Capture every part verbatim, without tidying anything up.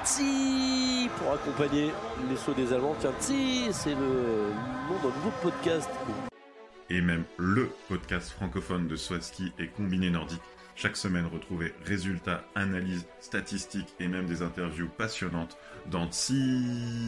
Tsi pour accompagner les sauts des Allemands. Tiens, Tsi, c'est le nom d'un nouveau podcast. Et même le podcast francophone de saut à ski et combiné nordique. Chaque semaine, retrouvez résultats, analyses, statistiques et même des interviews passionnantes dans Tsi.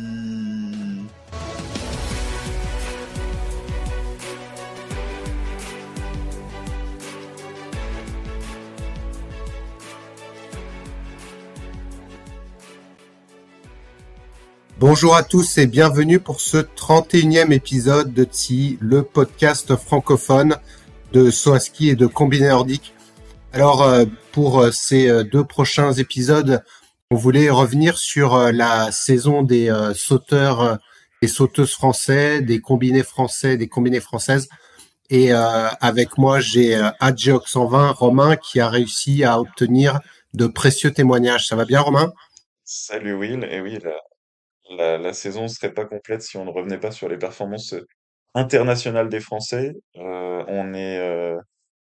Bonjour à tous et bienvenue pour ce trente et unième épisode de Tsi, le podcast francophone de saut à ski et de combiné nordique. Alors pour ces deux prochains épisodes, on voulait revenir sur la saison des sauteurs et sauteuses français, des combinés français, des combinées françaises. Et avec moi, j'ai Adgeox cent vingt, Romain, qui a réussi à obtenir de précieux témoignages. Ça va bien, Romain ? Salut Will, et oui, la, la, la saison serait pas complète si on ne revenait pas sur les performances internationales des Français. Euh, on est, euh,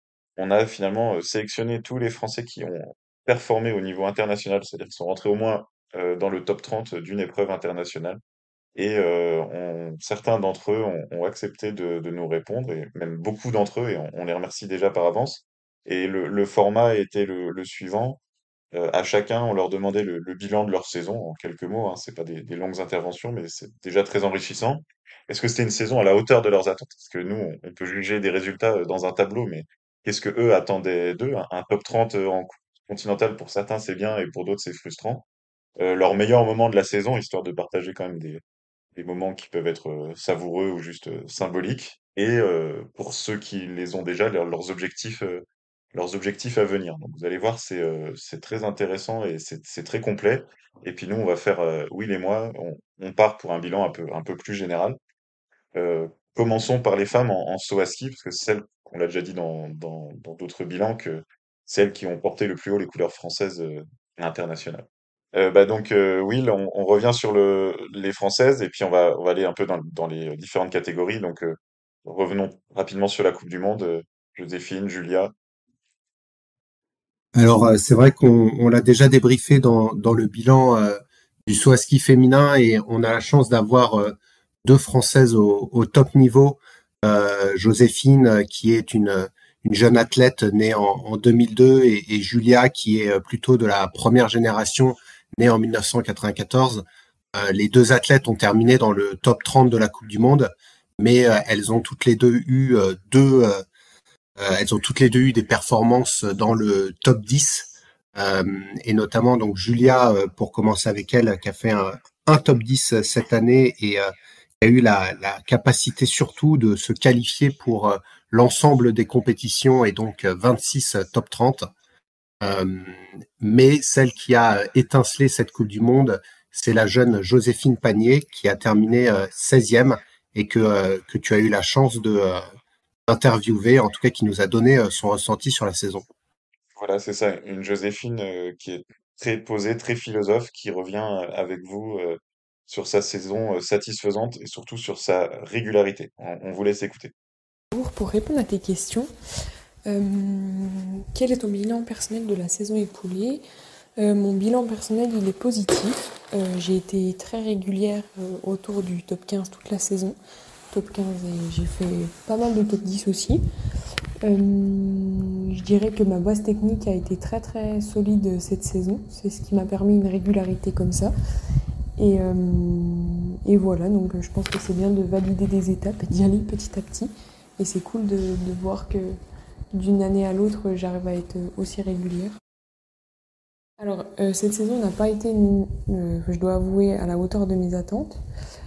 on a finalement euh, sélectionné tous les Français qui ont performé au niveau international, c'est-à-dire qu'ils sont rentrés au moins euh, dans le top trente d'une épreuve internationale. Et euh, on- certains d'entre eux ont, ont accepté de, de nous répondre, et même beaucoup d'entre eux, et on, on les remercie déjà par avance. Et le, le format était le, le suivant. Euh, à chacun, on leur demandait le, le bilan de leur saison en quelques mots, hein. C'est pas des, des longues interventions, mais c'est déjà très enrichissant. Est-ce que c'était une saison à la hauteur de leurs attentes? Parce que nous, on, on peut juger des résultats euh, dans un tableau, mais qu'est-ce que eux attendaient d'eux? Un, un top trente euh, en continental, pour certains, c'est bien, et pour d'autres, c'est frustrant. Euh, leur meilleur moment de la saison, histoire de partager quand même des, des moments qui peuvent être euh, savoureux ou juste euh, symboliques. Et euh, pour ceux qui les ont déjà, leurs leurs objectifs, euh, leurs objectifs à venir. Donc vous allez voir, c'est euh, c'est très intéressant et c'est c'est très complet. Et puis nous, on va faire, euh, Will et moi, on, on part pour un bilan un peu, un peu plus général. Euh, Commençons par les femmes en, en saut à ski, parce que c'est celles, qu'on l'a déjà dit dans dans dans d'autres bilans, que celles qui ont porté le plus haut les couleurs françaises euh, et internationales. Euh, bah donc euh, Will, on, on revient sur le, les françaises et puis on va, on va aller un peu dans, dans les différentes catégories. Donc euh, revenons rapidement sur la Coupe du Monde. Euh, Joséphine, Julia. Alors euh, c'est vrai qu'on on l'a déjà débriefé dans, dans le bilan euh, du saut à ski féminin et on a la chance d'avoir euh, deux Françaises au, au top niveau. Euh, Joséphine euh, qui est une, une jeune athlète née en, en deux mille deux et, et Julia qui est euh, plutôt de la première génération née en mille neuf cent quatre-vingt-quatorze. Euh, les deux athlètes ont terminé dans le top trente de la Coupe du Monde, mais euh, elles ont toutes les deux eu euh, deux euh, euh, elles ont toutes les deux eu des performances dans le top dix, euh, et notamment donc Julia, euh, pour commencer avec elle, qui a fait un, un top dix cette année et euh, qui a eu la, la capacité surtout de se qualifier pour euh, l'ensemble des compétitions et donc euh, vingt-six top trente. Euh, mais celle qui a étincelé cette Coupe du Monde, c'est la jeune Joséphine Panier qui a terminé euh, seizième et que, euh, que tu as eu la chance de, euh, interviewé, en tout cas qui nous a donné euh, son ressenti sur la saison. Voilà, c'est ça. Une Joséphine euh, qui est très posée, très philosophe, qui revient euh, avec vous euh, sur sa saison euh, satisfaisante et surtout sur sa régularité. On, on vous laisse écouter. Bonjour, pour répondre à tes questions, euh, quel est ton bilan personnel de la saison écoulée? Euh, Mon bilan personnel, il est positif. Euh, j'ai été très régulière euh, autour du top quinze toute la saison. Top quinze et j'ai fait pas mal de top dix aussi. Euh, je dirais que ma base technique a été très très solide cette saison. C'est ce qui m'a permis une régularité comme ça. Et, euh, et voilà, donc je pense que c'est bien de valider des étapes et d'y aller petit à petit. Et c'est cool de, de voir que d'une année à l'autre, j'arrive à être aussi régulière. Alors, euh, cette saison n'a pas été, euh, je dois avouer, à la hauteur de mes attentes.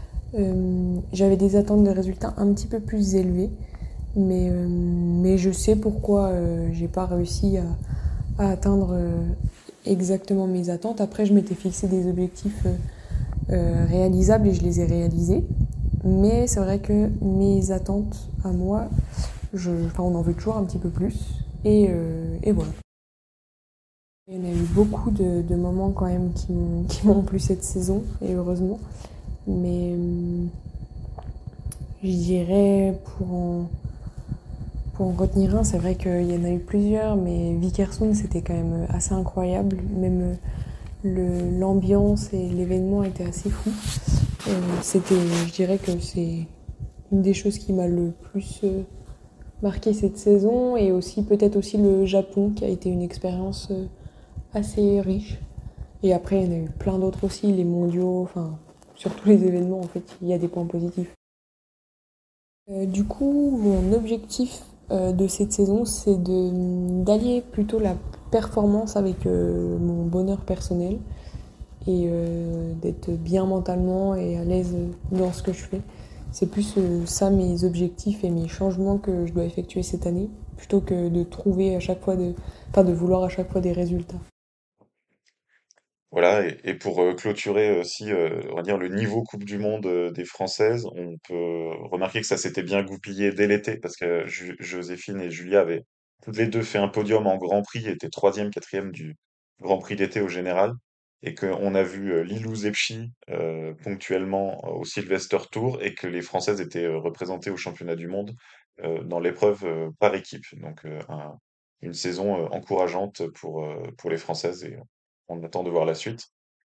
Euh, j'avais des attentes de résultats un petit peu plus élevés, mais, euh, mais je sais pourquoi euh, j'ai pas réussi à, à atteindre euh, exactement mes attentes. Après, je m'étais fixé des objectifs euh, euh, réalisables et je les ai réalisés. Mais c'est vrai que mes attentes à moi, je, enfin, on en veut toujours un petit peu plus. Et, euh, et voilà. Il y en a eu beaucoup de, de moments quand même qui m'ont, qui m'ont plu cette saison, et heureusement. Mais euh, je dirais pour en, pour en retenir un, c'est vrai qu'il y en a eu plusieurs, mais Vikersund c'était quand même assez incroyable. Même le, l'ambiance et l'événement étaient assez fous. Euh, c'était, je dirais que c'est une des choses qui m'a le plus euh, marqué cette saison, et aussi peut-être aussi le Japon qui a été une expérience euh, assez riche. Et après, il y en a eu plein d'autres aussi, les mondiaux, enfin, sur tous les événements, en fait, il y a des points positifs. Euh, du coup, mon objectif euh, de cette saison, c'est de, d'allier plutôt la performance avec euh, mon bonheur personnel, et euh, d'être bien mentalement et à l'aise dans ce que je fais. C'est plus euh, ça mes objectifs et mes changements que je dois effectuer cette année, plutôt que de trouver à chaque fois, de, enfin de vouloir à chaque fois des résultats. Voilà, et, et pour euh, clôturer aussi, euh, on va dire, le niveau Coupe du Monde euh, des Françaises, on peut remarquer que ça s'était bien goupillé dès l'été, parce que Ju- Joséphine et Julia avaient toutes les deux fait un podium en Grand Prix, étaient troisième, quatrième du Grand Prix d'été au général, et qu'on a vu euh, Lilou Zepchi euh, ponctuellement euh, au Sylvester Tour, et que les Françaises étaient euh, représentées au championnat du monde euh, dans l'épreuve euh, par équipe. Donc euh, un- une saison euh, encourageante pour, euh, pour les Françaises, et on attend de voir la suite.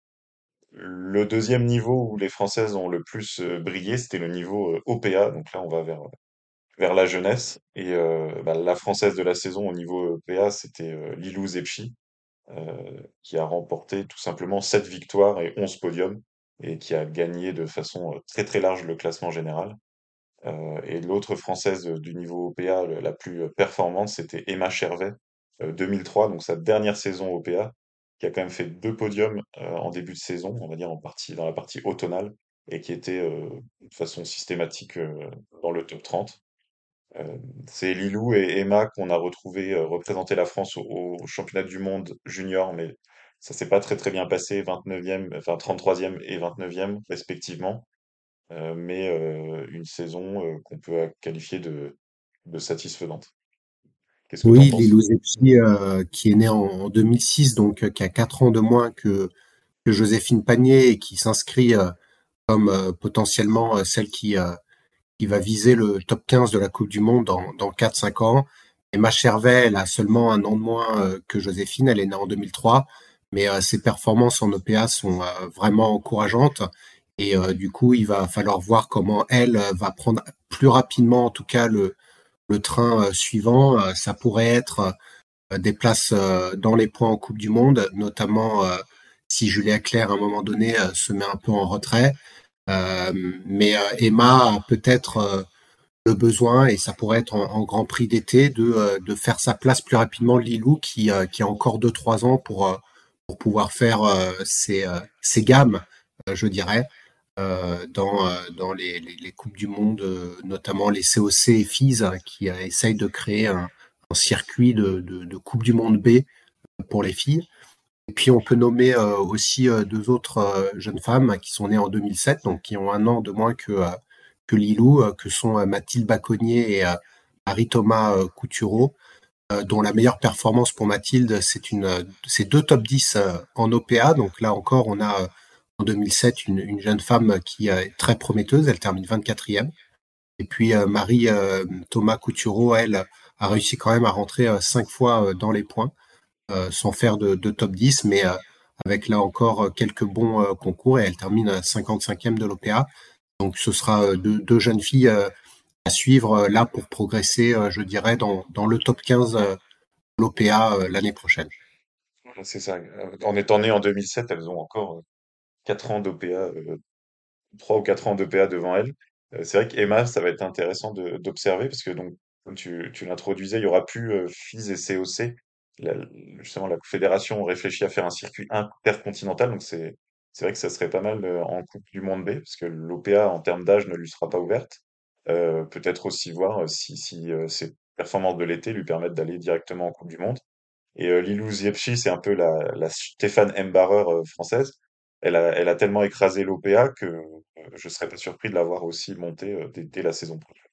Le deuxième niveau où les Françaises ont le plus euh, brillé, c'était le niveau euh, O P A. Donc là, on va vers, vers la jeunesse. Et euh, bah, la Française de la saison au niveau O P A, c'était euh, Lilou Zepchi, euh, qui a remporté tout simplement sept victoires et onze podiums, et qui a gagné de façon euh, très très large le classement général. Euh, et l'autre Française euh, du niveau O P A le- la plus euh, performante, c'était Emma Chervet, euh, deux mille trois, donc sa dernière saison O P A, qui a quand même fait deux podiums euh, en début de saison, on va dire en partie, dans la partie automnale, et qui était euh, de façon systématique euh, dans le top trente. Euh, c'est Lilou et Emma qu'on a retrouvé euh, représenter la France au, au championnat du monde junior, mais ça s'est pas très très bien passé, vingt-neuvième, enfin trente-troisième et vingt-neuvième respectivement. Euh, mais euh, une saison euh, qu'on peut euh, qualifier de, de satisfaisante. Qu'est-ce que tu en Oui, penses? Lilou Zepchi, euh, qui est né en, en deux mille six, donc euh, qui a quatre ans de moins que, que Joséphine Panier et qui s'inscrit euh, comme euh, potentiellement euh, celle qui, euh, qui va viser le top quinze de la Coupe du Monde dans, dans quatre cinq ans. Emma Chervet, elle a seulement un an de moins euh, que Joséphine, elle est née en deux mille trois, mais euh, ses performances en O P A sont euh, vraiment encourageantes. Et euh, du coup, il va falloir voir comment elle euh, va prendre plus rapidement, en tout cas, le, le train euh, suivant. Euh, ça pourrait être euh, des places euh, dans les points en Coupe du Monde, notamment euh, si Julia Claire, à un moment donné, euh, se met un peu en retrait. Euh, mais euh, Emma a peut-être euh, le besoin, et ça pourrait être en, en Grand Prix d'été, de, euh, de faire sa place plus rapidement de Lilou, qui, euh, qui a encore deux trois ans pour, euh, pour pouvoir faire euh, ses, euh, ses gammes, euh, je dirais, euh, dans, euh, dans les, les, les Coupes du Monde, euh, notamment les C O C et F I S, hein, qui euh, essayent de créer un, un circuit de, de, de Coupe du Monde B pour les filles. Et puis on peut nommer euh, aussi euh, deux autres euh, jeunes femmes qui sont nées en deux mille sept, donc qui ont un an de moins que, euh, que Lilou, euh, que sont euh, Mathilde Baconnier et euh, Marie-Thomas euh, Coutureau, euh, dont la meilleure performance pour Mathilde, c'est une, euh, c'est deux top dix euh, en O P A. Donc là encore, on a euh, en deux mille sept une, une jeune femme qui euh, est très prometteuse, elle termine vingt-quatrième. Et puis euh, Marie-Thomas Coutureau, elle, a réussi quand même à rentrer euh, cinq fois euh, dans les points euh, sans faire de, de top dix, mais euh, avec là encore euh, quelques bons euh, concours, et elle termine à cinquante-cinquième de l'O P A. Donc ce sera euh, deux, deux jeunes filles euh, à suivre euh, là pour progresser, euh, je dirais, dans, dans le top quinze euh, de l'O P A euh, l'année prochaine. Voilà, c'est ça. Euh, En étant nées en deux mille sept, elles ont encore euh, quatre ans d'O P A, euh, trois ou quatre ans d'O P A devant elles. Euh, c'est vrai qu'Emma, ça va être intéressant de- d'observer, parce que donc, comme tu, tu l'introduisais, il y aura plus euh, F I S et C O C. La- justement, la fédération réfléchit à faire un circuit intercontinental, donc c'est c'est vrai que ça serait pas mal euh, en Coupe du Monde B, parce que l'O P A en termes d'âge ne lui sera pas ouverte. Euh, peut-être aussi voir euh, si, si euh, ses performances de l'été lui permettent d'aller directement en Coupe du Monde. Et euh, Lilou Ziyech, c'est un peu la, la Stéphane Mbarer euh, française. Elle a, elle a tellement écrasé l'O P A que euh, je serais pas surpris de l'avoir aussi montée euh, dès, dès la saison prochaine.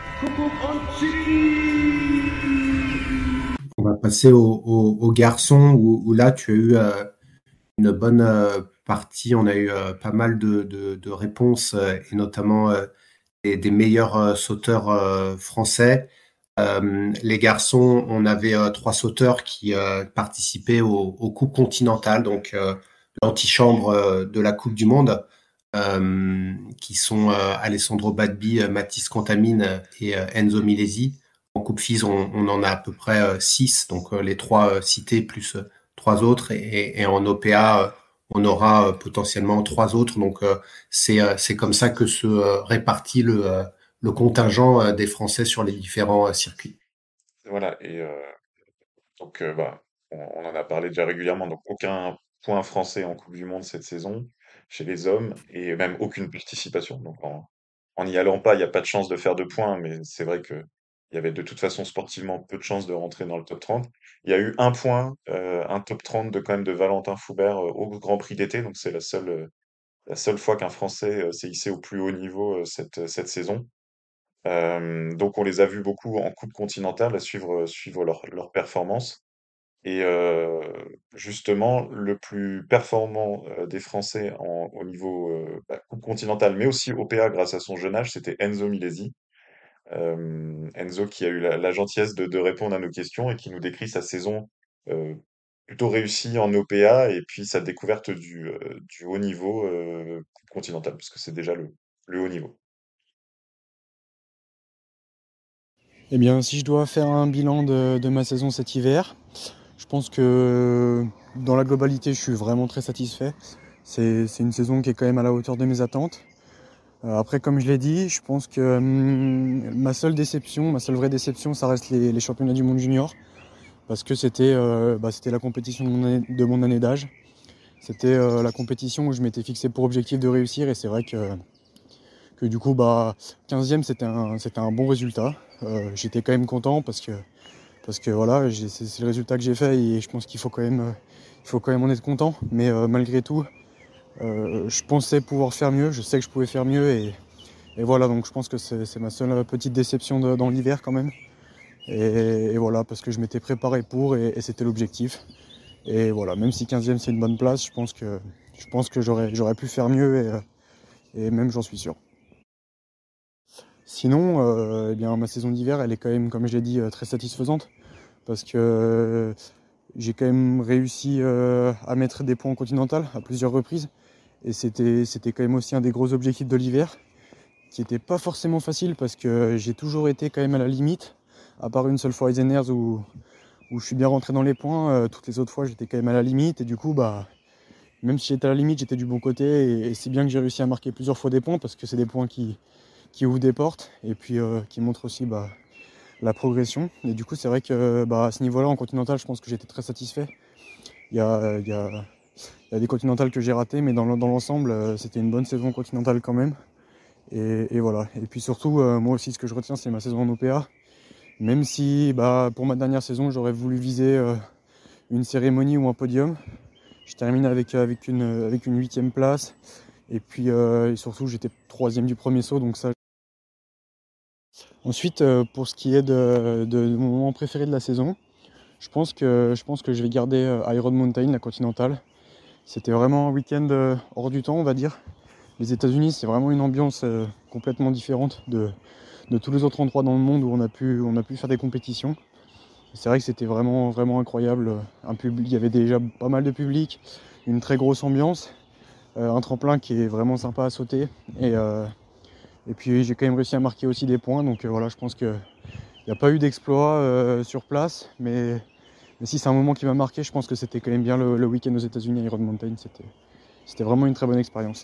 On va passer aux au, au garçons, où, où là tu as eu euh, une bonne euh, partie, on a eu euh, pas mal de, de, de réponses, euh, et notamment euh, des, des meilleurs euh, sauteurs euh, français. Euh, les garçons, on avait euh, trois sauteurs qui euh, participaient aux, aux coupes continentales, donc euh, l'antichambre euh, de la Coupe du Monde, euh, qui sont euh, Alessandro Badbi, euh, Mathis Contamine et euh, Enzo Milesi. En Coupe F I S, on, on en a à peu près euh, six, donc euh, les trois euh, cités plus euh, trois autres, et, et en O P A, euh, on aura euh, potentiellement trois autres. Donc euh, c'est euh, c'est comme ça que se euh, répartit le, euh, le contingent euh, des Français sur les différents euh, circuits. Voilà, et euh, donc euh, bah, on, on en a parlé déjà régulièrement, donc aucun point français en Coupe du Monde cette saison chez les hommes, et même aucune participation. Donc en, en n'y allant pas, il n'y a pas de chance de faire deux points, mais c'est vrai que il y avait de toute façon sportivement peu de chances de rentrer dans le top trente. Il y a eu un point, euh, un top trente de quand même de Valentin Foubert euh, au Grand Prix d'été, donc c'est la seule, euh, la seule fois qu'un Français euh, s'est hissé au plus haut niveau euh, cette, cette saison. Euh, donc on les a vus beaucoup en Coupe continentale à suivre, suivre leur, leur performance. Et euh, justement, le plus performant euh, des Français en- au niveau euh, bah, Coupe continentale, mais aussi O P A grâce à son jeune âge, c'était Enzo Milesi. Euh, Enzo qui a eu la, la gentillesse de, de répondre à nos questions et qui nous décrit sa saison euh, plutôt réussie en O P A et puis sa découverte du, euh, du haut niveau euh, Coupe continentale, parce que c'est déjà le, le haut niveau. Eh bien, si je dois faire un bilan de, de ma saison cet hiver, je pense que dans la globalité, je suis vraiment très satisfait. C'est, c'est une saison qui est quand même à la hauteur de mes attentes. Euh, après, comme je l'ai dit, je pense que hum, ma seule déception, ma seule vraie déception, ça reste les, les championnats du monde junior. Parce que c'était, euh, bah, c'était la compétition de mon année, de mon année d'âge. C'était euh, la compétition où je m'étais fixé pour objectif de réussir. Et c'est vrai que, que du coup, bah, quinzième, c'était un, c'était un bon résultat. Euh, j'étais quand même content parce que Parce que voilà, j'ai- c'est c'est le résultat que j'ai fait et je pense qu'il faut quand même, euh, il faut quand même en être content. Mais euh, malgré tout, euh, je pensais pouvoir faire mieux, je sais que je pouvais faire mieux et, et voilà, donc je pense que c'est c'est ma seule petite déception de- dans l'hiver quand même. Et, et voilà, parce que je m'étais préparé pour et, et c'était l'objectif. Et voilà, même si quinzième c'est une bonne place, je pense que, je pense que j'aurais, j'aurais pu faire mieux et, euh, et même j'en suis sûr. Sinon, euh, eh bien, ma saison d'hiver, elle est quand même, comme je l'ai dit, euh, très satisfaisante parce que euh, j'ai quand même réussi euh, à mettre des points en continental à plusieurs reprises. Et c'était, c'était quand même aussi un des gros objectifs de l'hiver, qui n'était pas forcément facile parce que j'ai toujours été quand même à la limite, à part une seule fois à Eisenherz où, où je suis bien rentré dans les points. Euh, toutes les autres fois, j'étais quand même à la limite. Et du coup, bah, même si j'étais à la limite, j'étais du bon côté. Et, et c'est bien que j'ai réussi à marquer plusieurs fois des points parce que c'est des points qui, qui ouvrent des portes et puis euh, qui montrent aussi bah, la progression. Et du coup, c'est vrai que bah, à ce niveau-là, en continental, je pense que j'étais très satisfait. Il y a, il y a, il y a des continentales que j'ai ratées, mais dans, dans l'ensemble, euh, c'était une bonne saison continentale quand même. Et, et voilà. Et puis surtout, euh, moi aussi, ce que je retiens, c'est ma saison en O P A. Même si, bah, pour ma dernière saison, j'aurais voulu viser euh, une cérémonie ou un podium. Je termine avec, avec une avec une huitième place. Et puis euh, et surtout, j'étais troisième du premier saut, donc ça. Ensuite, euh, pour ce qui est de, de, de mon moment préféré de la saison, je pense que je pense que je vais garder euh, Iron Mountain, la continentale. C'était vraiment un week-end euh, hors du temps, on va dire. Les États-Unis, c'est vraiment une ambiance euh, complètement différente de, de tous les autres endroits dans le monde où on a pu, on a pu faire des compétitions. C'est vrai que c'était vraiment, vraiment incroyable. Un public, il y avait déjà pas mal de public, une très grosse ambiance, euh, un tremplin qui est vraiment sympa à sauter. Et, euh, et puis j'ai quand même réussi à marquer aussi des points. Donc euh, voilà, je pense qu'il n'y a pas eu d'exploit euh, sur place, mais, mais si c'est un moment qui m'a marqué, je pense que c'était quand même bien le, le week-end aux États-Unis à Iron Mountain. C'était, c'était vraiment une très bonne expérience.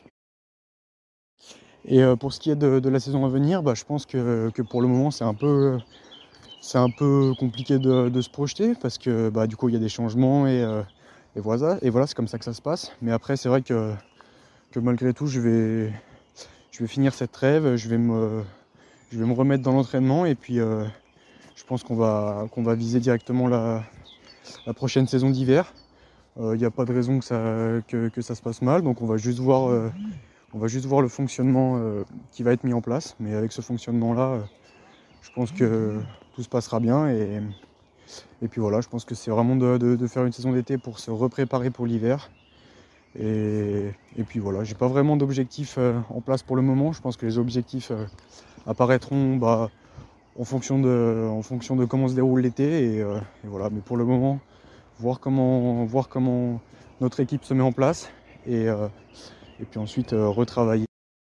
Et euh, pour ce qui est de, de la saison à venir, bah, je pense que, que pour le moment c'est un peu, c'est un peu compliqué de, de se projeter parce que bah, du coup il y a des changements et, euh, et voilà, et voilà c'est comme ça que ça se passe. Mais après c'est vrai que, que malgré tout je vais, je vais finir cette trêve, je vais me, je vais me remettre dans l'entraînement et puis euh, je pense qu'on va, qu'on va viser directement la, la prochaine saison d'hiver. Il euh, n'y a pas de raison que ça, que, que ça se passe mal, donc on va juste voir, euh, on va juste voir le fonctionnement euh, qui va être mis en place. Mais avec ce fonctionnement-là, euh, je pense que tout se passera bien. Et, et puis voilà, je pense que c'est vraiment de, de, de faire une saison d'été pour se repréparer pour l'hiver. Et, et puis voilà, j'ai pas vraiment d'objectifs euh, en place pour le moment. Je pense que les objectifs euh, apparaîtront bah, en, fonction de, en fonction de comment se déroule l'été. Et, euh, et voilà, mais pour le moment, voir comment, voir comment notre équipe se met en place et, euh, et puis ensuite euh, retravailler.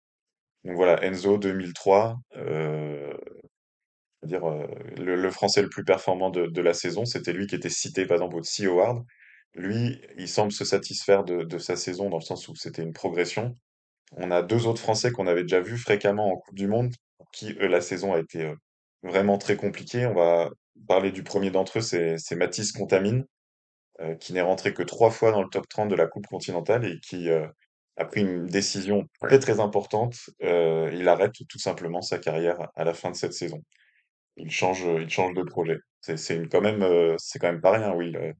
Donc voilà, Enzo deux mille trois, euh, c'est-à-dire euh, le, le Français le plus performant de, de la saison, c'était lui qui était cité par exemple au Sea Award. Lui, il semble se satisfaire de, de sa saison dans le sens où c'était une progression. On a deux autres Français qu'on avait déjà vus fréquemment en Coupe du Monde, pour qui eux, la saison a été euh, vraiment très compliquée. On va parler du premier d'entre eux, c'est c'est Mathis Contamine, euh, qui n'est rentré que trois fois dans le top trente de la Coupe continentale et qui euh, a pris une décision très très importante. Euh, il arrête tout simplement sa carrière à la fin de cette saison. Il change, il change de projet. C'est c'est une- quand même, euh, c'est quand même pas rien, Will. Euh,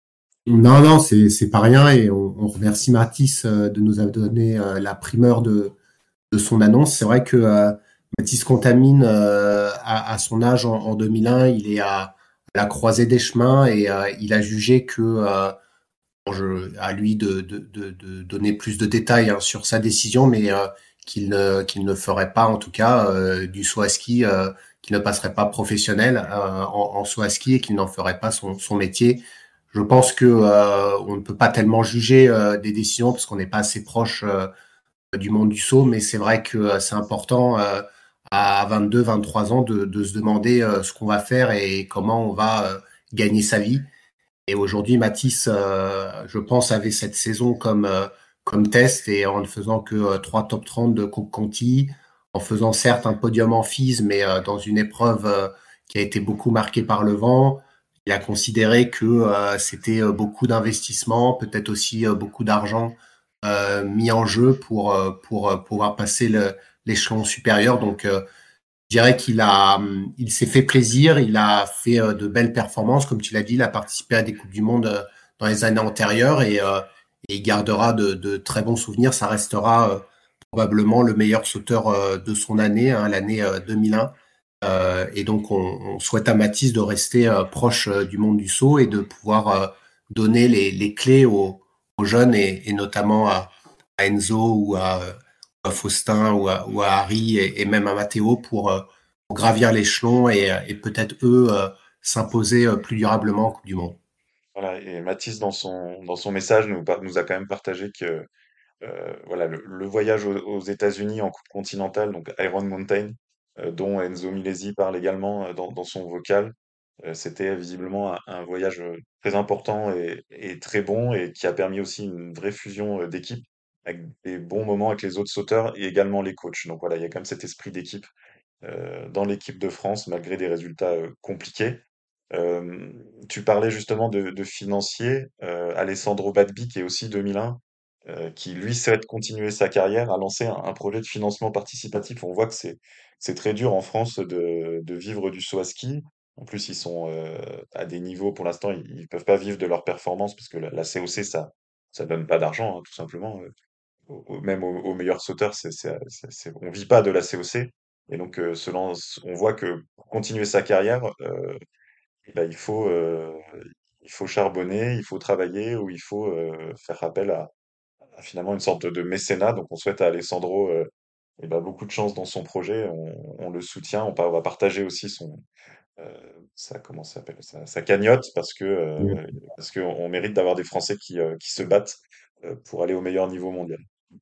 Non, non, c'est c'est pas rien et on, on remercie Mathis euh, de nous avoir donné euh, la primeur de, de son annonce. C'est vrai que euh, Mathis Contamine, euh, à, à son âge en, en deux mille un, il est à, à la croisée des chemins et euh, il a jugé que euh, bon, je, à lui de, de, de, de donner plus de détails hein, sur sa décision, mais euh, qu'il ne qu'il ne ferait pas en tout cas euh, du saut à ski, euh, qu'il ne passerait pas professionnel euh, en, en saut à ski et qu'il n'en ferait pas son, son métier. Je pense que euh, on ne peut pas tellement juger euh, des décisions parce qu'on n'est pas assez proche euh, du monde du saut, mais c'est vrai que euh, c'est important euh, à vingt-deux, vingt-trois ans de, de se demander euh, ce qu'on va faire et comment on va euh, gagner sa vie. Et aujourd'hui, Mathis, euh, je pense, avait cette saison comme euh, comme test et en ne faisant que euh, trois top trente de Coupe Conti, en faisant certes un podium en F I S, mais euh, dans une épreuve euh, qui a été beaucoup marquée par le vent. Il a considéré que euh, c'était euh, beaucoup d'investissement, peut-être aussi euh, beaucoup d'argent euh, mis en jeu pour euh, pour euh, pouvoir passer le- l'échelon supérieur. Donc, euh, je dirais qu'il a, hum, il s'est fait plaisir, il a fait euh, de belles performances, comme tu l'as dit, il a participé à des coupes du monde euh, dans les années antérieures et, euh, et il gardera de, de très bons souvenirs. Ça restera euh, probablement le meilleur sauteur euh, de son année, hein, l'année euh, deux mille un. Euh, et donc, on, on souhaite à Mathis de rester euh, proche euh, du monde du saut et de pouvoir euh, donner les, les clés aux, aux jeunes et, et notamment à, à Enzo ou à, à Faustin ou à, ou à Harry et, et même à Matteo pour, euh, pour gravir l'échelon et, et peut-être eux euh, s'imposer euh, plus durablement en Coupe du Monde. voilà. Et Mathis, dans son, dans son message, nous, par- nous a quand même partagé que euh, voilà, le, le voyage aux, aux États-Unis en Coupe continentale, donc Iron Mountain, euh, dont Enzo Milesi parle également euh, dans, dans son vocal, euh, c'était visiblement un, un voyage euh, très important et, et très bon et qui a permis aussi une vraie fusion euh, d'équipe avec des bons moments avec les autres sauteurs et également les coachs. Donc voilà, il y a quand même cet esprit d'équipe euh, dans l'équipe de France malgré des résultats euh, compliqués. Euh, Tu parlais justement de, de financiers. Euh, Alessandro Badbi, qui est aussi deux mille un, euh, qui lui souhaite continuer sa carrière, a lancé un, un projet de financement participatif. On voit que c'est c'est très dur en France de, de vivre du saut à ski. En plus, ils sont euh, à des niveaux, pour l'instant, ils, ils peuvent pas vivre de leur performance parce que la, la C O C, ça ça donne pas d'argent, hein, tout simplement. Euh, au- au- même aux, aux meilleurs sauteurs, c'est, c'est, c'est, c'est- on vit pas de la C O C. Et donc, euh, se lance- on voit que pour continuer sa carrière, euh, bah, il faut, euh, il faut charbonner, il faut travailler ou il faut euh, faire appel à, à finalement une sorte de, de mécénat. Donc on souhaite à Alessandro euh, eh ben, beaucoup de chance dans son projet. On, on le soutient, on, pa- on va partager aussi son, euh, sa, comment ça s'appelle, sa, sa cagnotte parce que euh, parce qu'on on mérite d'avoir des Français qui, euh, qui se battent euh, pour aller au meilleur niveau mondial.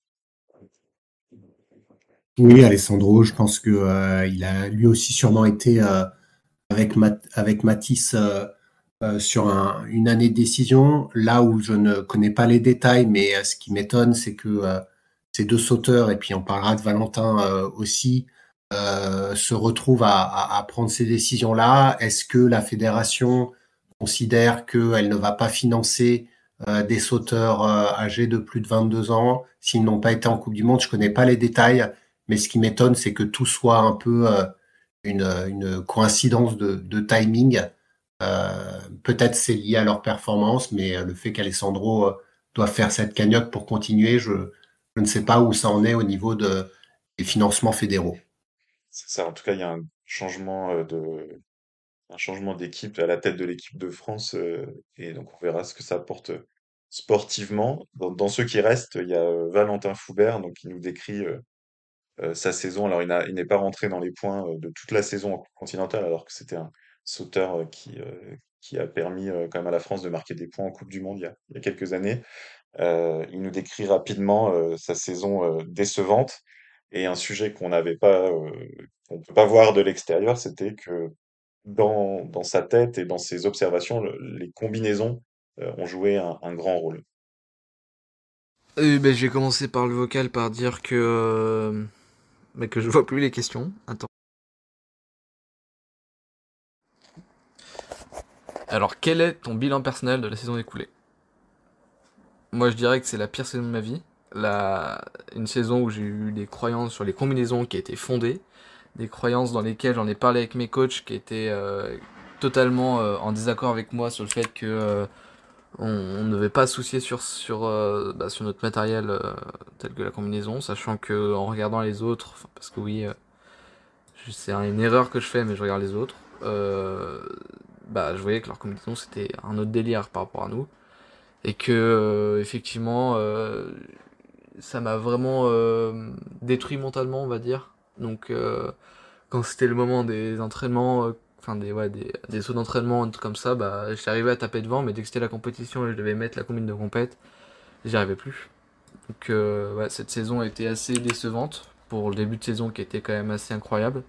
Oui, Alessandro, je pense que euh, il a lui aussi sûrement été euh, avec Math- avec Mathis euh, euh, sur un- une année de décision. Là où je ne connais pas les détails, mais euh, ce qui m'étonne, c'est que euh, ces deux sauteurs, et puis on parlera de Valentin euh, aussi, euh, se retrouvent à, à- à prendre ces décisions-là. Est-ce que la fédération considère qu'elle ne va pas financer euh, des sauteurs euh, âgés de plus de vingt-deux ans s'ils n'ont pas été en Coupe du Monde? Je connais pas les détails, mais ce qui m'étonne, c'est que tout soit un peu euh, une, une coïncidence de, de timing. Euh, peut-être c'est lié à leur performance, mais euh, le fait qu'Alessandro euh, doit faire cette cagnotte pour continuer, je, je ne sais pas où ça en est au niveau de, des financements fédéraux. C'est ça, en tout cas, il y a un changement euh, de, un changement d'équipe à la tête de l'équipe de France euh, et donc on verra ce que ça apporte euh, sportivement. Dans, dans ceux qui restent, il y a euh, Valentin Foubert donc qui nous décrit euh, euh, sa saison. Alors il n'a, il n'est pas rentré dans les points euh, de toute la saison en Coupe continentale alors que c'était un sauteur euh, qui euh, qui a permis euh, quand même à la France de marquer des points en Coupe du Monde il y a, il y a quelques années. Euh, il nous décrit rapidement euh, sa saison euh, décevante et un sujet qu'on n'avait pas, euh, qu'on peut pas voir de l'extérieur, c'était que dans, dans sa tête et dans ses observations, le- les combinaisons euh, ont joué un, un grand rôle. Euh, ben, je vais commencer par le vocal par dire que, euh, ben, que je vois plus les questions. Attends. Alors, quel est ton bilan personnel de la saison écoulée? Moi, je dirais que c'est la pire saison de ma vie. La... Une saison où j'ai eu des croyances sur les combinaisons qui étaient fondées, des croyances dans lesquelles j'en ai parlé avec mes coachs qui étaient euh, totalement euh, en désaccord avec moi sur le fait que euh, on, on ne devait pas se soucier sur sur euh, bah, sur notre matériel euh, tel que la combinaison, sachant que en regardant les autres, enfin, parce que oui, euh, c'est une erreur que je fais, mais je regarde les autres. Euh, bah, je voyais que leur combinaison c'était un autre délire par rapport à nous, et que euh, effectivement, euh, ça m'a vraiment euh, détruit mentalement, on va dire. Donc euh, quand c'était le moment des entraînements, euh, enfin des, ouais, des, des sauts d'entraînement, un truc comme ça, bah j'arrivais à taper devant, mais dès que c'était la compétition et je devais mettre la combine de compète, j'y arrivais plus. Donc euh, ouais, cette saison a été assez décevante pour le début de saison qui était quand même assez incroyable.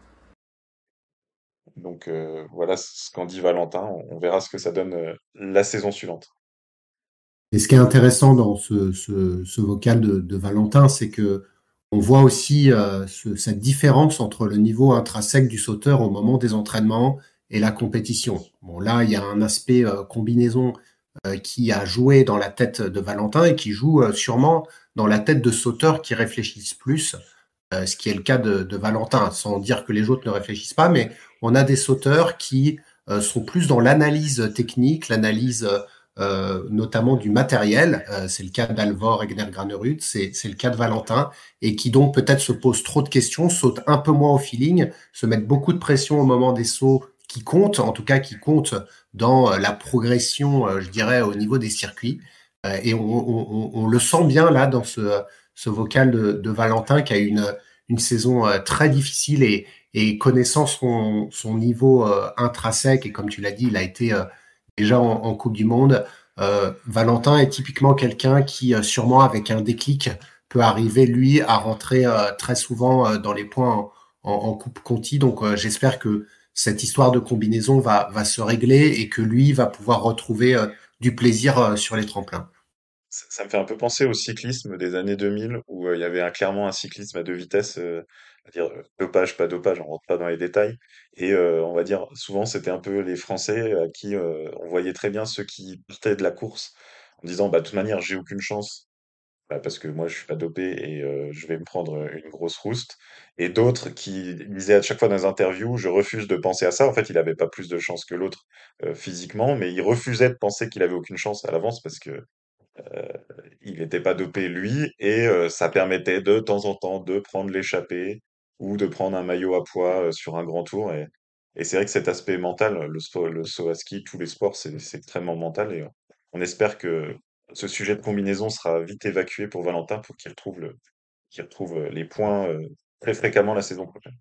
Donc euh, voilà ce qu'en dit Valentin. On, on verra ce que ça donne euh, la saison suivante. Et ce qui est intéressant dans ce, ce, ce vocal de, de Valentin, c'est que on voit aussi euh, ce- cette différence entre le niveau intrinsèque du sauteur au moment des entraînements et la compétition. Bon, là, il y a un aspect euh, combinaison euh, qui a joué dans la tête de Valentin et qui joue euh, sûrement dans la tête de sauteurs qui réfléchissent plus, euh, ce qui est le cas de, de Valentin, sans dire que les autres ne réfléchissent pas, mais on a des sauteurs qui euh, sont plus dans l'analyse technique, l'analyse euh, notamment du matériel. Euh, c'est le cas d'Alvor Egner Granerud, c'est, c'est le cas de Valentin, et qui donc peut-être se posent trop de questions, sautent un peu moins au feeling, se mettent beaucoup de pression au moment des sauts qui comptent, en tout cas qui comptent dans la progression, euh, je dirais, au niveau des circuits. Euh, et on, on, on, le sent bien là dans ce, ce vocal de, de Valentin qui a eu une, une saison euh, très difficile et, et connaissant son, son niveau euh, intrinsèque, et comme tu l'as dit, il a été euh, déjà en, en Coupe du Monde. Euh, Valentin est typiquement quelqu'un qui, euh, sûrement avec un déclic, peut arriver, lui, à rentrer euh, très souvent euh, dans les points en, en, en Coupe Conti. Donc euh, j'espère que cette histoire de combinaison va, va se régler et que lui va pouvoir retrouver euh, du plaisir euh, sur les tremplins. Ça, ça me fait un peu penser au cyclisme des années deux mille où euh, il y avait un- clairement un cyclisme à deux vitesses, euh, à dire euh, dopage, pas dopage, on rentre pas dans les détails. Et euh, on va dire souvent c'était un peu les Français à qui euh, on voyait très bien ceux qui partaient de la course en disant bah de toute manière j'ai aucune chance bah, parce que moi je suis pas dopé et euh, je vais me prendre euh, une grosse rouste. Et d'autres qui disaient à chaque fois dans les interviews je refuse de penser à ça. En fait il avait pas plus de chance que l'autre euh, physiquement, mais il refusait de penser qu'il avait aucune chance à l'avance parce que euh, il n'était pas dopé lui, et euh, ça permettait de temps en temps de prendre l'échappée ou de prendre un maillot à poids euh, sur un grand tour. Et, et c'est vrai que cet aspect mental, le, spo- le saut à ski, tous les sports, c'est c'est extrêmement mental. Et euh, on espère que ce sujet de combinaison sera vite évacué pour Valentin pour qu'il retrouve, le, qu'il retrouve euh, les points euh, très fréquemment la saison prochaine.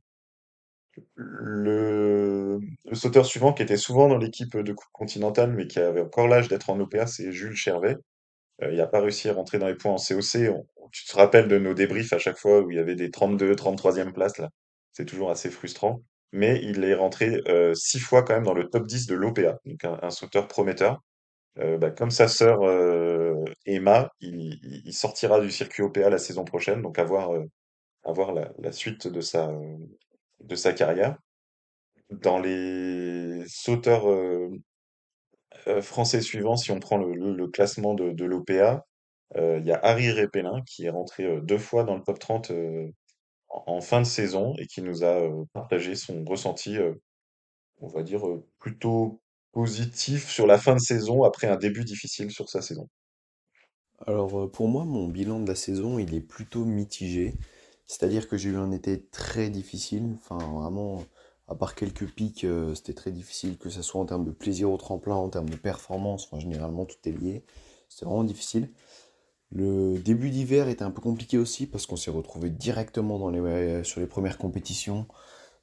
Le, le sauteur suivant, qui était souvent dans l'équipe de Coupe continentale, mais qui avait encore l'âge d'être en O P A, c'est Jules Chervet. Euh, il n'a pas réussi à rentrer dans les points en C O C. On- tu te rappelles de nos débriefs à chaque fois où il y avait des trente-deux, trente-troisième places là. C'est toujours assez frustrant. Mais il est rentré euh, six fois quand même dans le top dix de l'O P A. Donc un, un sauteur prometteur. Euh, bah, comme sa sœur euh, Emma, il, il- il sortira du circuit O P A la saison prochaine. Donc à voir, euh, à voir la, la suite de sa, de sa carrière. Dans les sauteurs euh, euh, français suivants, si on prend le, le- le classement de, de l'O P A, Euh, il y a Harry Répélin qui est rentré euh, deux fois dans le top trente euh, en, en fin de saison et qui nous a euh, partagé son ressenti, euh, on va dire, euh, plutôt positif sur la fin de saison après un début difficile sur sa saison. Alors euh, pour moi, mon bilan de la saison, il est plutôt mitigé. C'est-à-dire que j'ai eu un été très difficile. Enfin, vraiment, à part quelques pics, euh, c'était très difficile, que ce soit en termes de plaisir au tremplin, en termes de performance. Enfin, généralement, tout est lié. C'était vraiment difficile. Le début d'hiver était un peu compliqué aussi parce qu'on s'est retrouvé directement dans les, ouais, sur les premières compétitions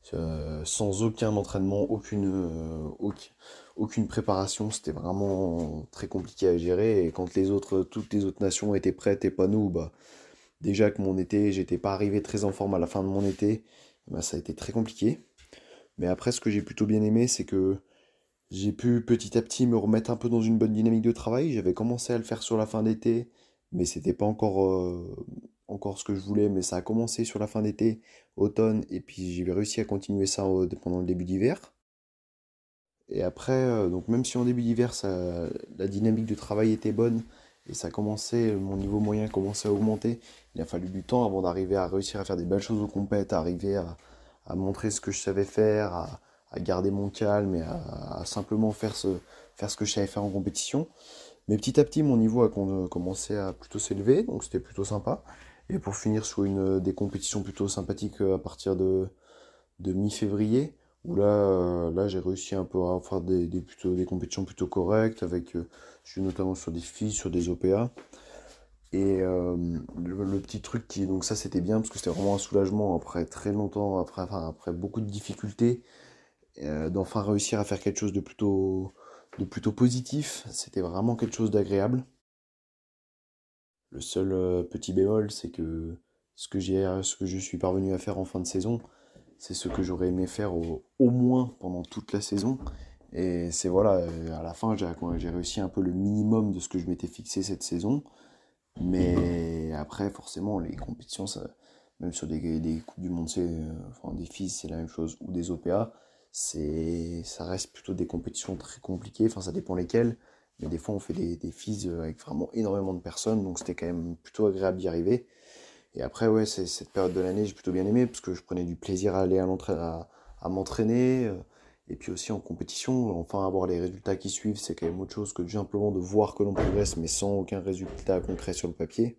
euh, sans aucun entraînement, aucune, euh, aucun- aucune préparation. C'était vraiment très compliqué à gérer. Et quand les autres, toutes les autres nations étaient prêtes et pas nous, bah, déjà que mon été, j'étais pas arrivé très en forme à la fin de mon été, bah, ça a été très compliqué. Mais après, ce que j'ai plutôt bien aimé, c'est que j'ai pu petit à petit me remettre un peu dans une bonne dynamique de travail. J'avais commencé à le faire sur la fin d'été, mais c'était pas encore, euh, encore ce que je voulais. Mais ça a commencé sur la fin d'été, automne, et puis j'ai réussi à continuer ça euh, pendant le début d'hiver. Et après, euh, donc même si en début d'hiver, ça, la dynamique de travail était bonne et ça commençait, mon niveau moyen commençait à augmenter, il a fallu du temps avant d'arriver à réussir à faire des belles choses au compète, à arriver à, à montrer ce que je savais faire, à, à garder mon calme et à, à simplement faire ce, faire ce que je savais faire en compétition. Mais petit à petit, mon niveau a con- commencé à plutôt s'élever, donc c'était plutôt sympa. Et pour finir sur une, des compétitions plutôt sympathiques euh, à partir de, de mi-février, où là, euh, là j'ai réussi un peu à faire des, des, plutôt, des compétitions plutôt correctes, avec, euh, je suis notamment sur des filles, sur des O P A. Et euh, le, le petit truc qui, donc ça c'était bien, parce que c'était vraiment un soulagement après très longtemps, après, enfin, après beaucoup de difficultés, euh, d'enfin réussir à faire quelque chose de plutôt, de plutôt positif, c'était vraiment quelque chose d'agréable. Le seul euh, petit bémol, c'est que ce que j'ai, ce que je suis parvenu à faire en fin de saison, c'est ce que j'aurais aimé faire au, au moins pendant toute la saison. Et c'est voilà, euh, à la fin, j'ai j'ai réussi un peu le minimum de ce que je m'étais fixé cette saison. Mais après, forcément, les compétitions, ça, même sur des, des Coupes du Monde, c'est, euh, enfin, des filles, c'est la même chose, ou des O P A, c'est, ça reste plutôt des compétitions très compliquées. Enfin, ça dépend lesquelles. Mais des fois, on fait des, des filles avec vraiment énormément de personnes, donc c'était quand même plutôt agréable d'y arriver. Et après, ouais, c'est cette période de l'année, j'ai plutôt bien aimé parce que je prenais du plaisir à aller à l'entra- à, à m'entraîner. euh, Et puis aussi en compétition, enfin avoir les résultats qui suivent, c'est quand même autre chose que de simplement de voir que l'on progresse, mais sans aucun résultat concret sur le papier.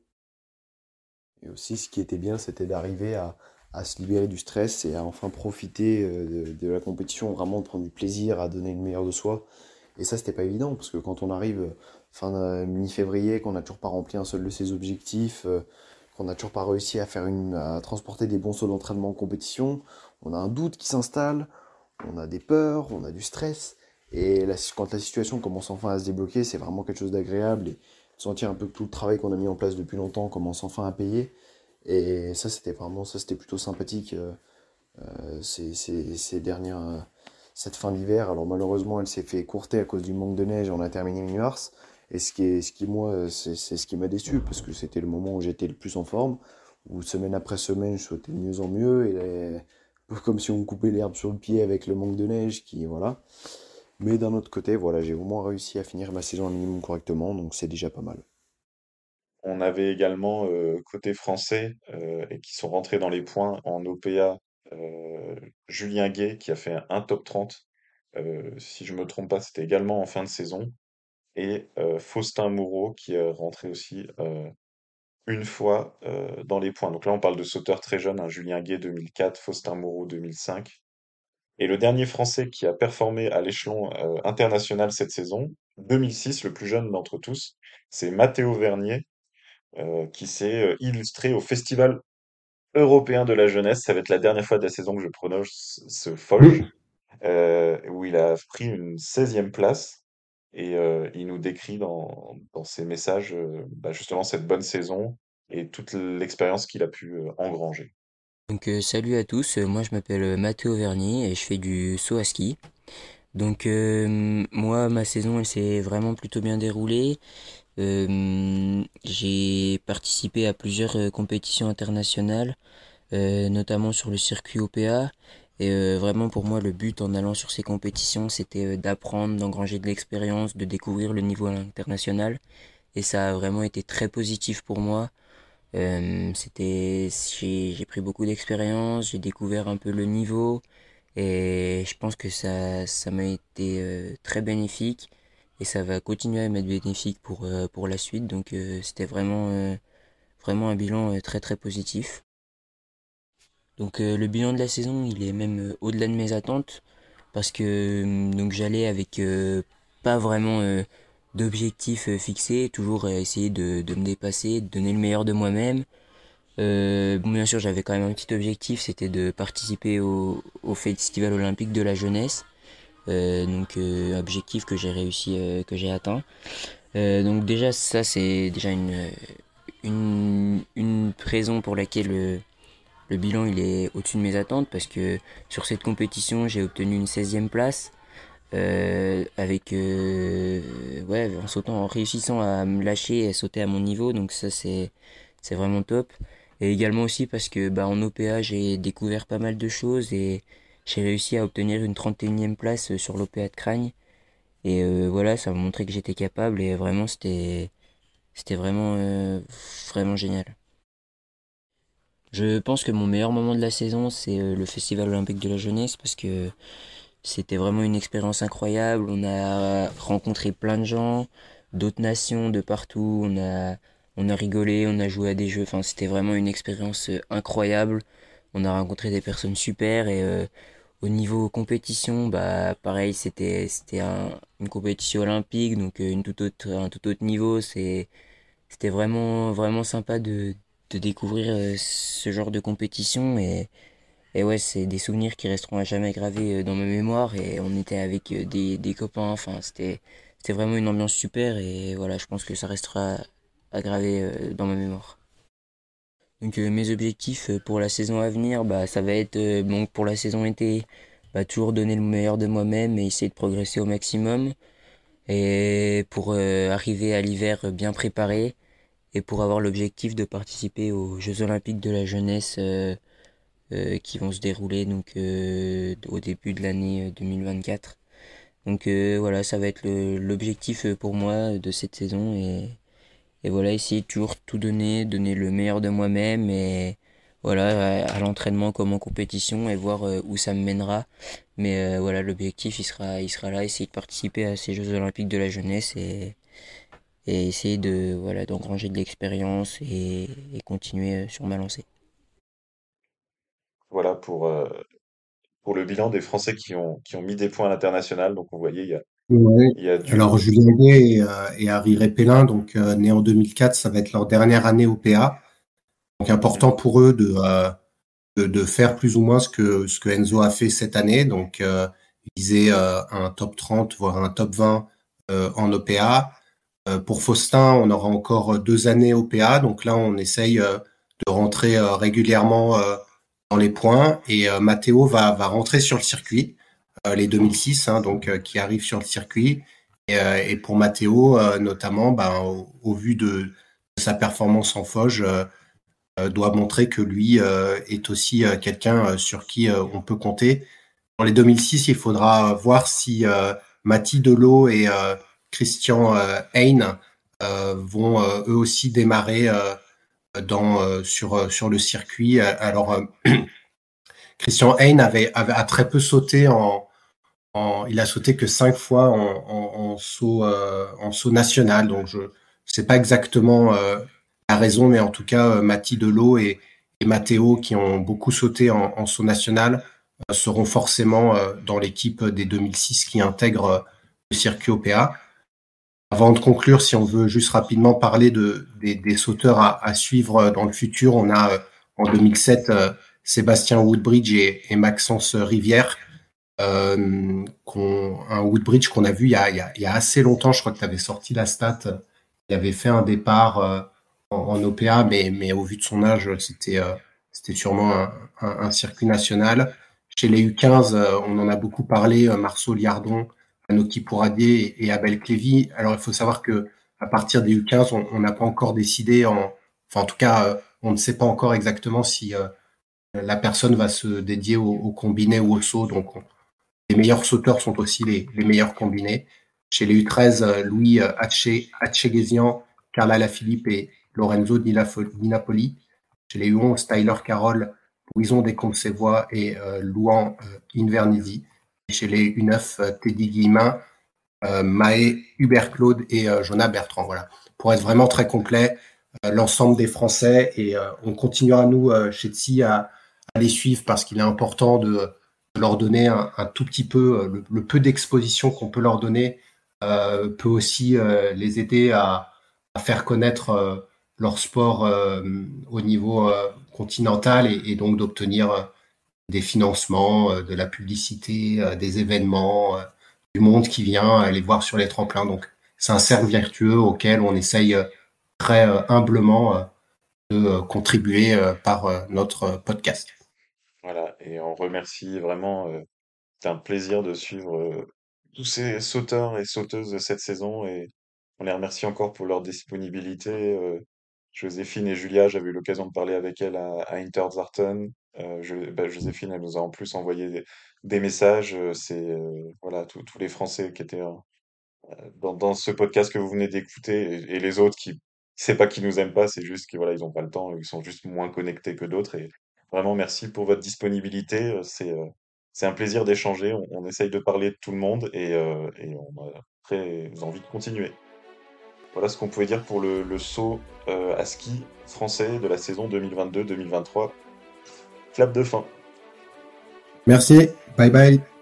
Et aussi, ce qui était bien, c'était d'arriver à, à se libérer du stress et à enfin profiter euh, de, de la compétition, vraiment de prendre du plaisir, à donner le meilleur de soi. Et ça, c'était pas évident, parce que quand on arrive euh, fin de- mi-février, qu'on n'a toujours pas rempli un seul de ses objectifs, euh, qu'on n'a toujours pas réussi à faire une, à transporter des bons sauts d'entraînement en compétition, on a un doute qui s'installe, on a des peurs, on a du stress. Et la- quand la situation commence enfin à se débloquer, c'est vraiment quelque chose d'agréable et de sentir un peu que tout le travail qu'on a mis en place depuis longtemps commence enfin à payer. Et ça, c'était vraiment, ça, c'était plutôt sympathique euh, euh, ces, ces- ces dernières, euh, cette fin d'hiver. Alors malheureusement, elle s'est fait écourter à cause du manque de neige. On a terminé mi-mars. Et ce qui est, ce qui moi, euh, c'est c'est ce qui m'a déçu parce que c'était le moment où j'étais le plus en forme, où semaine après semaine, je sautais de mieux en mieux et les- un peu comme si on me coupait l'herbe sur le pied avec le manque de neige qui, voilà. Mais d'un autre côté, voilà, j'ai au moins réussi à finir ma saison un minimum correctement, donc c'est déjà pas mal. On avait également, euh, côté français, euh, et qui sont rentrés dans les points en O P A, euh, Julien Gay qui a fait un top trente. Euh, si je me trompe pas, c'était également en fin de saison. Et euh, Faustin Moreau qui est rentré aussi euh, une fois euh, dans les points. Donc là, on parle de sauteurs très jeunes, hein, Julien Gay deux mille quatre, Faustin Moreau deux mille cinq. Et le dernier Français qui a performé à l'échelon euh, international cette saison, deux mille six, le plus jeune d'entre tous, c'est Matthéo Vernier, euh, qui s'est euh, illustré au Festival européen de la jeunesse. Ça va être la dernière fois de la saison que je prononce ce Folge, Mm. euh, où il a pris une seizième place. Et euh, il nous décrit dans, dans ses messages euh, bah, justement cette bonne saison et toute l'expérience qu'il a pu euh, engranger. Donc euh, salut à tous, euh, moi je m'appelle euh, Mathéo Vernier et je fais du saut à ski. Donc euh, moi ma saison elle s'est vraiment plutôt bien déroulée. Euh, j'ai participé à plusieurs euh, compétitions internationales, euh, notamment sur le circuit O P A. Et euh, vraiment pour moi le but en allant sur ces compétitions c'était euh, d'apprendre, d'engranger de l'expérience, de découvrir le niveau international. Et ça a vraiment été très positif pour moi. Euh, c'était, j'ai, j'ai pris beaucoup d'expérience, j'ai découvert un peu le niveau et je pense que ça, ça m'a été euh, très bénéfique et ça va continuer à m'être bénéfique pour, euh, pour la suite. Donc euh, c'était vraiment, euh, vraiment un bilan euh, très très positif. Donc euh, le bilan de la saison, il est même euh, au-delà de mes attentes parce que euh, donc j'allais avec euh, pas vraiment euh, d'objectifs euh, fixés, toujours euh, essayer de, de me dépasser, de donner le meilleur de moi-même. Euh, bon, bien sûr, j'avais quand même un petit objectif, c'était de participer au, au Festival olympique de la jeunesse. Euh, donc, euh, objectif que j'ai réussi, euh, que j'ai atteint. Euh, donc déjà, ça, c'est déjà une, une, une raison pour laquelle le, le bilan il est au-dessus de mes attentes, parce que sur cette compétition, j'ai obtenu une seizième place. Euh, avec euh, ouais, en sautant, en réussissant à me lâcher et à sauter à mon niveau, donc ça c'est c'est vraiment top. Et également aussi parce que bah en O P A j'ai découvert pas mal de choses et j'ai réussi à obtenir une trente et unième place sur l'O P A de Cragne. Et euh, voilà, ça m'a montré que j'étais capable et vraiment c'était c'était vraiment euh, vraiment génial. Je pense que mon meilleur moment de la saison c'est euh, le Festival olympique de la jeunesse, parce que c'était vraiment une expérience incroyable. On a rencontré plein de gens, d'autres nations de partout. On a, on a rigolé, on a joué à des jeux. Enfin, c'était vraiment une expérience euh, incroyable. On a rencontré des personnes super et euh, au niveau compétition, bah pareil, c'était c'était un- une compétition olympique, donc euh, une tout autre, un tout autre niveau. C'est C'était vraiment vraiment sympa de de découvrir euh, ce genre de compétition et et ouais, c'est des souvenirs qui resteront à jamais gravés euh, dans ma mémoire. Et on était avec euh, des, des copains. Enfin, c'était, c'était vraiment une ambiance super. Et voilà, je pense que ça restera aggravé euh, dans ma mémoire. Donc, euh, mes objectifs euh, pour la saison à venir, bah, ça va être, euh, bon, pour la saison été, bah, toujours donner le meilleur de moi-même et essayer de progresser au maximum. Et pour euh, arriver à l'hiver euh, bien préparé. Et pour avoir l'objectif de participer aux Jeux Olympiques de la jeunesse euh, euh, qui vont se dérouler donc euh, au début de l'année deux mille vingt-quatre. Donc euh, voilà, ça va être le- l'objectif euh, pour moi de cette saison et, et voilà, essayer de toujours tout donner, donner le meilleur de moi-même et voilà, à, à l'entraînement comme en compétition et voir euh, où ça me mènera. Mais euh, voilà, l'objectif il sera, il sera là, essayer de participer à ces Jeux Olympiques de la jeunesse et, et essayer de voilà d'engranger de l'expérience et, et continuer euh, sur ma lancée. Voilà pour, euh, pour le bilan des Français qui ont, qui ont mis des points à l'international. Donc, vous voyez, il y a, Ouais. il y a du Alors lot. Julien Gay et, euh, et Harry Répélin, donc euh, nés en deux mille quatre, ça va être leur dernière année au P A. Donc important Mhm. pour eux de, euh, de, de faire plus ou moins ce que ce que Enzo a fait cette année. Donc euh, viser euh, un top trente, voire un top vingt euh, en O P A. Euh, pour Faustin, on aura encore deux années au P A. Donc là, on essaye euh, de rentrer euh, régulièrement euh, dans les points. Et euh, Matteo va, va rentrer sur le circuit, euh, les deux mille six, hein, donc euh, qui arrivent sur le circuit. Et, euh, et pour Matteo, euh, notamment, ben, au, au vu de, de sa performance en Foge, euh, euh, doit montrer que lui euh, est aussi euh, quelqu'un euh, sur qui euh, on peut compter. Dans les deux mille six, il faudra voir si euh, Mati Delot et euh, Christian euh, Hein euh, vont euh, eux aussi démarrer euh, dans, euh, sur, euh, sur le circuit. Alors, euh, Christian Hein avait, avait, a très peu sauté en, en, il a sauté que cinq fois en, en, en saut, euh, en saut national. Donc, je sais pas exactement euh, la raison, mais en tout cas, euh, Mati Delot et, et Matteo, qui ont beaucoup sauté en, en saut national, euh, seront forcément euh, dans l'équipe des deux mille six qui intègre euh, le circuit O P A. Avant de conclure, si on veut juste rapidement parler de, des, des sauteurs à, à suivre dans le futur, on a euh, en deux mille sept euh, Sébastien Woodbridge et, et Maxence Rivière. Euh, qu'on, un Woodbridge qu'on a vu il y a, il y a, il y a assez longtemps. Je crois que tu avais sorti la stat. Il avait fait un départ euh, en, en O P A, mais, mais au vu de son âge, c'était, euh, c'était sûrement un, un, un circuit national. Chez les U quinze, euh, on en a beaucoup parlé, euh, Marceau Liardon, Anoki Pouradier et, et Abel Clévy. Alors, il faut savoir que à partir des U quinze, on on n'a pas encore décidé, en, enfin, en tout cas, euh, on ne sait pas encore exactement si euh, la personne va se dédier au, au combiné ou au saut. Donc, on, les meilleurs sauteurs sont aussi les, les meilleurs combinés. Chez les U treize, euh, Louis euh, Hatché- Hatchegesian, Carla Alaphilippe et Lorenzo Di, Lafo- Di Napoli. Chez les U onze, Tyler Carroll, Louison Descombes-Sévois et euh, Louan euh, Invernizzi. Et chez les U neuf, euh, Teddy Guillemin, euh, Maë Hubert-Claude et euh, Jonas Bertrand. Voilà. Pour être vraiment très complet, euh, l'ensemble des Français. Et euh, on continuera, nous, euh, chez Tsi, à, à les suivre parce qu'il est important de, de leur donner un, un tout petit peu, euh, le, le peu d'exposition qu'on peut leur donner euh, peut aussi euh, les aider à, à faire connaître euh, leur sport euh, au niveau euh, continental et, et donc d'obtenir euh, des financements, euh, de la publicité, euh, des événements, euh, du monde qui vient euh, les voir sur les tremplins. Donc c'est un cercle vertueux auquel on essaye euh, très euh, humblement euh, de euh, contribuer euh, par euh, notre euh, podcast. Voilà, et on remercie vraiment, euh, c'est un plaisir de suivre euh, tous ces sauteurs et sauteuses de cette saison et on les remercie encore pour leur disponibilité. euh, Joséphine et Julia, j'avais eu l'occasion de parler avec elles à, à Interzarten. Euh, je- bah, Joséphine, elle nous a en plus envoyé des, des messages. euh, C'est euh, voilà, tous tous les Français qui étaient euh, dans, dans ce podcast que vous venez d'écouter et, et les autres qui, c'est pas qu'ils nous aiment pas, c'est juste qu'ils voilà, ils ont pas le temps, ils sont juste moins connectés que d'autres. Et vraiment, merci pour votre disponibilité. euh, C'est euh, c'est un plaisir d'échanger. On, on essaye de parler de tout le monde et, euh, et on a très envie de continuer. Voilà ce qu'on pouvait dire pour le, le saut euh, à ski français de la saison deux mille vingt-deux deux mille vingt-trois. Clap de fin. Merci, bye bye.